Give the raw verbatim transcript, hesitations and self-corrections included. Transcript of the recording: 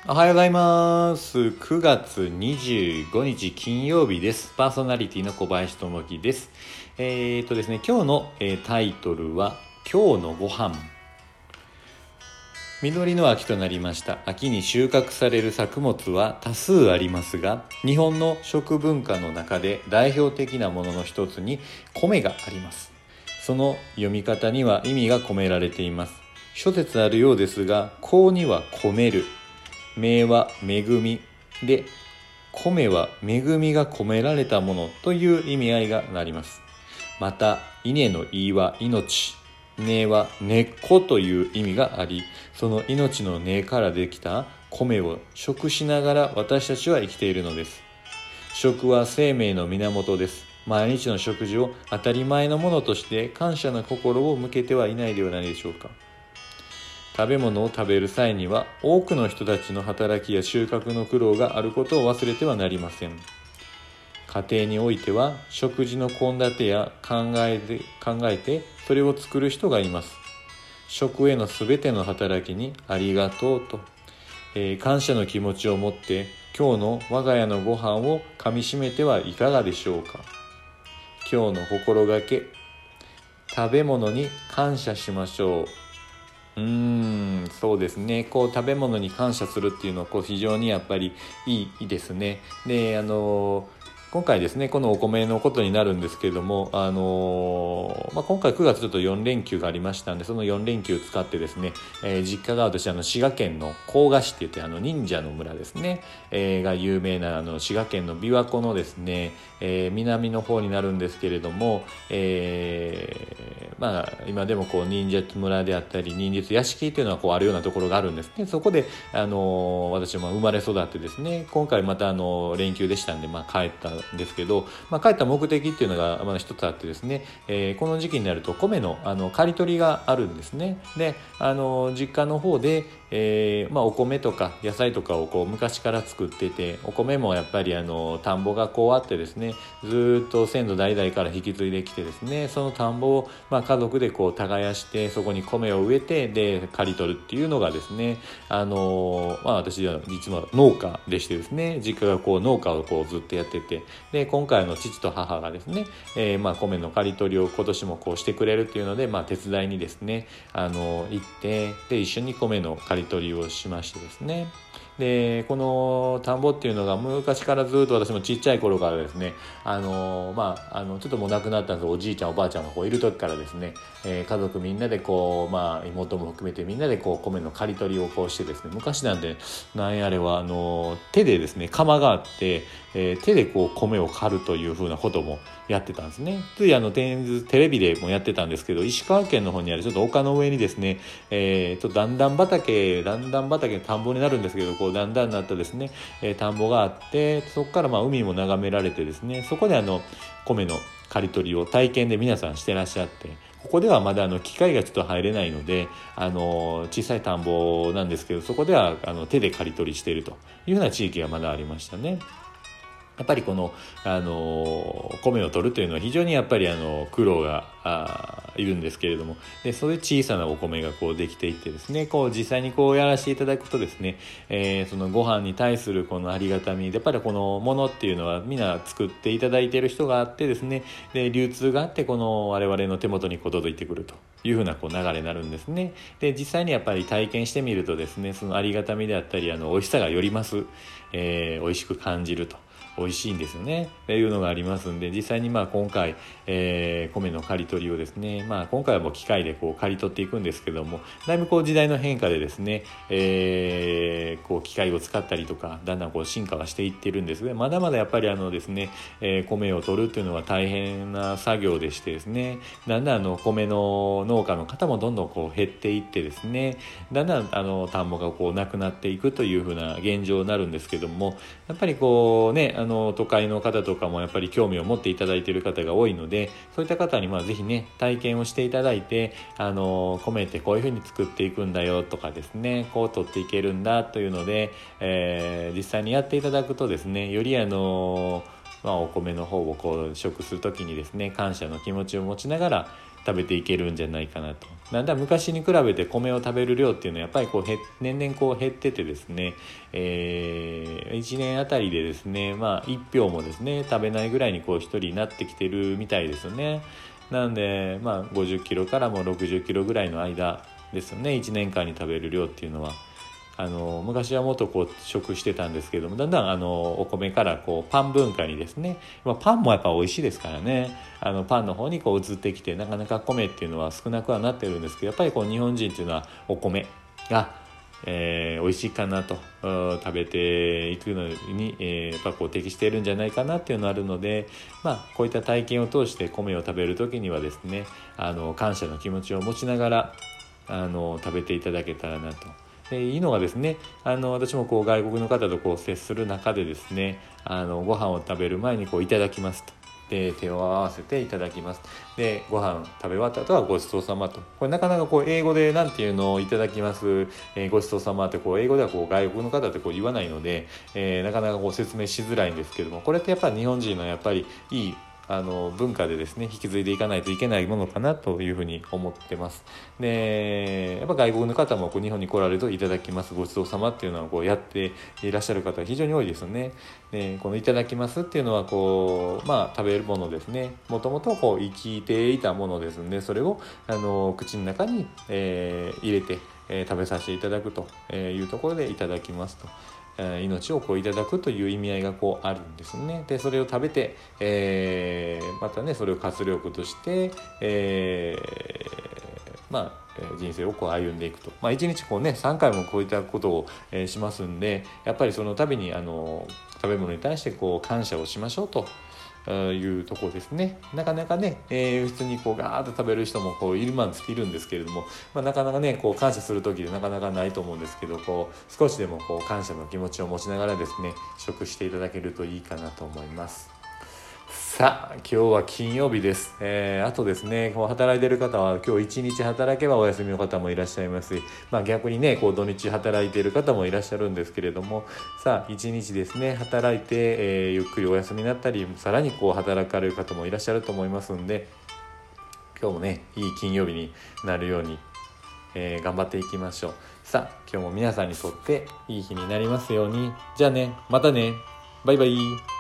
おはようございます。くがつにじゅうごにち金曜日です。パーソナリティの小林智樹です。えーとですね、今日の、えー、タイトルは今日のご飯。実りの秋となりました。秋に収穫される作物は多数ありますが、日本の食文化の中で代表的なものの一つに米があります。その読み方には意味が込められています。諸説あるようですが、幸には込める、名は恵みで、米は恵みが込められたものという意味合いがなります。また、稲の意は命、根は根っこという意味があり、その命の根からできた米を食しながら私たちは生きているのです。食は生命の源です。毎日の食事を当たり前のものとして感謝の心を向けてはいないではないでしょうか。食べ物を食べる際には多くの人たちの働きや収穫の苦労があることを忘れてはなりません。家庭においては食事の献立や考えで考えてそれを作る人がいます。食へのすべての働きにありがとうと、えー、感謝の気持ちを持って今日の我が家のご飯をかみしめてはいかがでしょうか。今日の心がけ、食べ物に感謝しましょう。うーんそうですね、こう食べ物に感謝するっていうのはこう非常にやっぱりいいですね。であの今回ですね、このお米のことになるんですけれども、あのまあ、今回くがつちょっとよんれんきゅうがありましたんで、そのよんれんきゅう使ってですね、えー、実家が私あの滋賀県の甲賀市って言ってあの忍者の村ですね、えー、が有名なあの滋賀県の琵琶湖のですね、えー、南の方になるんですけれども、えー、まあ今でもこう忍者村であったり忍術屋敷っていうのはこうあるようなところがあるんですね。そこであの私も生まれ育ってですね、今回またあの連休でしたんで、まあ、帰ったんですけど、まあ、帰った目的っていうのがまあ一つあってですね、えー、この時期になると米のあの刈り取りがあるんですね。であの実家の方で、えーまあ、お米とか野菜とかをこう昔から作ってて、お米もやっぱりあの田んぼがこうあってですね、ずっと先祖代々から引き継いできてですね、その田んぼをまあ家族でこう耕して、そこに米を植えてで刈り取るっていうのがですね、あのまあ私は実は農家でしてですね、実家がこう農家をこうずっとやってて、で今回の父と母がですね、えー、まあ米の刈り取りを今年もこうしてくれるっていうので、まあ手伝いにですね、あの行って、で一緒に米の刈り取りをしましてですね、でこの田んぼっていうのが昔からずっと私もちっちゃい頃からですね、あのまああのちょっともう亡くなったんですけど、おじいちゃんおばあちゃんがこういる時からですね、えー、家族みんなでこう、まあ妹も含めてみんなでこう米の刈り取りをこうしてですね、昔なんでなんやあれはあの手でですね釜があって、えー、手でこう米を刈るというふうなこともやってたんですね。ついあのテレビでもやってたんですけど、石川県の方にあるちょっと丘の上にですね、えー、と段々畑段々畑田んぼになるんですけど、こう段々になったですね、えー、田んぼがあって、そこからまあ海も眺められてですね、そこであの米の刈り取りを体験で皆さんしてらっしゃって、ここではまだあの機械がちょっと入れないので、あの小さい田んぼなんですけど、そこではあの手で刈り取りしているというような地域がまだありましたね。やっぱりこの、あの米を取るというのは非常にやっぱりあの苦労があいるんですけれども、でそれで小さなお米がこうできていってですね、こう実際にこうやらせていただくとですね、えー、そのご飯に対するこのありがたみ、やっぱりこのものっていうのはみんな作っていただいている人があってですね、で流通があって、この我々の手元にこう届いてくるというふうなこう流れになるんですね。で実際にやっぱり体験してみるとですね、そのありがたみであったり、あの美味しさがより増す、えー、美味しく感じると、美味しいんですよねというのがありますんで、実際にまあ今回、えー、米の刈り取りをですね、まあ今回はもう機械でこう刈り取っていくんですけども、だいぶこう時代の変化でですね、えー、こう機械を使ったりとかだんだんこう進化はしていってるんですが、まだまだやっぱりあのですね、えー、米を取るっていうのは大変な作業でしてですね、だんだんあの米の農家の方もどんどんこう減っていってですね、だんだんあの田んぼがこうなくなっていくというふうな現状になるんですけども、やっぱりこうね、あの都会の方とかもやっぱり興味を持っていただいている方が多いので、そういった方にまあぜひね体験をしていただいて、あの米ってこういうふうに作っていくんだよとかですね、こう取っていけるんだというので、えー、実際にやっていただくとですね、よりあのまあ、お米の方をこう食するときにですね、感謝の気持ちを持ちながら食べていけるんじゃないかなと。なんだ昔に比べて米を食べる量っていうのはやっぱりこう年々こう減っててですね、えー、いちねんあたりでですね、まあいっぴょうもですね食べないぐらいにこうひとりになってきてるみたいですよね。なんでまあごじゅっキロからもろくじゅっキロぐらいの間ですよね、いちねんかんに食べる量っていうのは。あの昔はもっとこう食してたんですけども、だんだんあのお米からこうパン文化にですね、まあ、パンもやっぱ美味しいですからね、あのパンの方にこう移ってきて、なかなか米っていうのは少なくはなってるんですけど、やっぱりこう日本人っていうのはお米が、えー、美味しいかなと食べていくのに、えー、やっぱこう適しているんじゃないかなっていうのがあるので、まあ、こういった体験を通して米を食べる時にはですね、あの感謝の気持ちを持ちながらあの食べていただけたらなと。でいいのがですね、あの私もこう外国の方とこう接する中でですね、あのご飯を食べる前にこういただきますと、で手を合わせていただきます、でご飯食べ終わった後はごちそうさまと、これなかなかこう英語でなんていうのをいただきます、えー、ごちそうさまってこう英語ではこう外国の方ってこう言わないので、えー、なかなかこう説明しづらいんですけども、これってやっぱり日本人のやっぱりいいあの文化でですね引き継いでいかないといけないものかなというふうに思ってます。でやっぱ外国の方もこう日本に来られるといただきますごちそうさまっていうのをこうやっていらっしゃる方が非常に多いですよね。でこのいただきますっていうのはこうまあ食べるものですね、もともとこう生きていたものですので、それをあの口の中に、えー、入れて、えー、食べさせていただくというところでいただきますと、命をこういただくという意味合いがこうあるんですね。でそれを食べて、えー、またねそれを活力として、えー、まあ人生をこう歩んでいくと、まあ、いちにちこうねさんかいもこういったことを、えー、しますんで、やっぱりその度にあの食べ物に対してこう感謝をしましょうというところですね。なかなかね、えー、普通にこうガーッと食べる人もこういるんいるんですけれども、まあ、なかなかねこう感謝する時でなかなかないと思うんですけど、こう少しでもこう感謝の気持ちを持ちながらですね食していただけるといいかなと思います。さあ今日は金曜日です、えー、あとですねこう働いている方は今日一日働けばお休みの方もいらっしゃいますし、まあ、逆にねこう土日働いている方もいらっしゃるんですけれども、さあ一日ですね働いて、えー、ゆっくりお休みになったり、さらにこう働かれる方もいらっしゃると思いますんで、今日もねいい金曜日になるように、えー、頑張っていきましょう。さあ今日も皆さんにとっていい日になりますように。じゃあね、またね、バイバイ。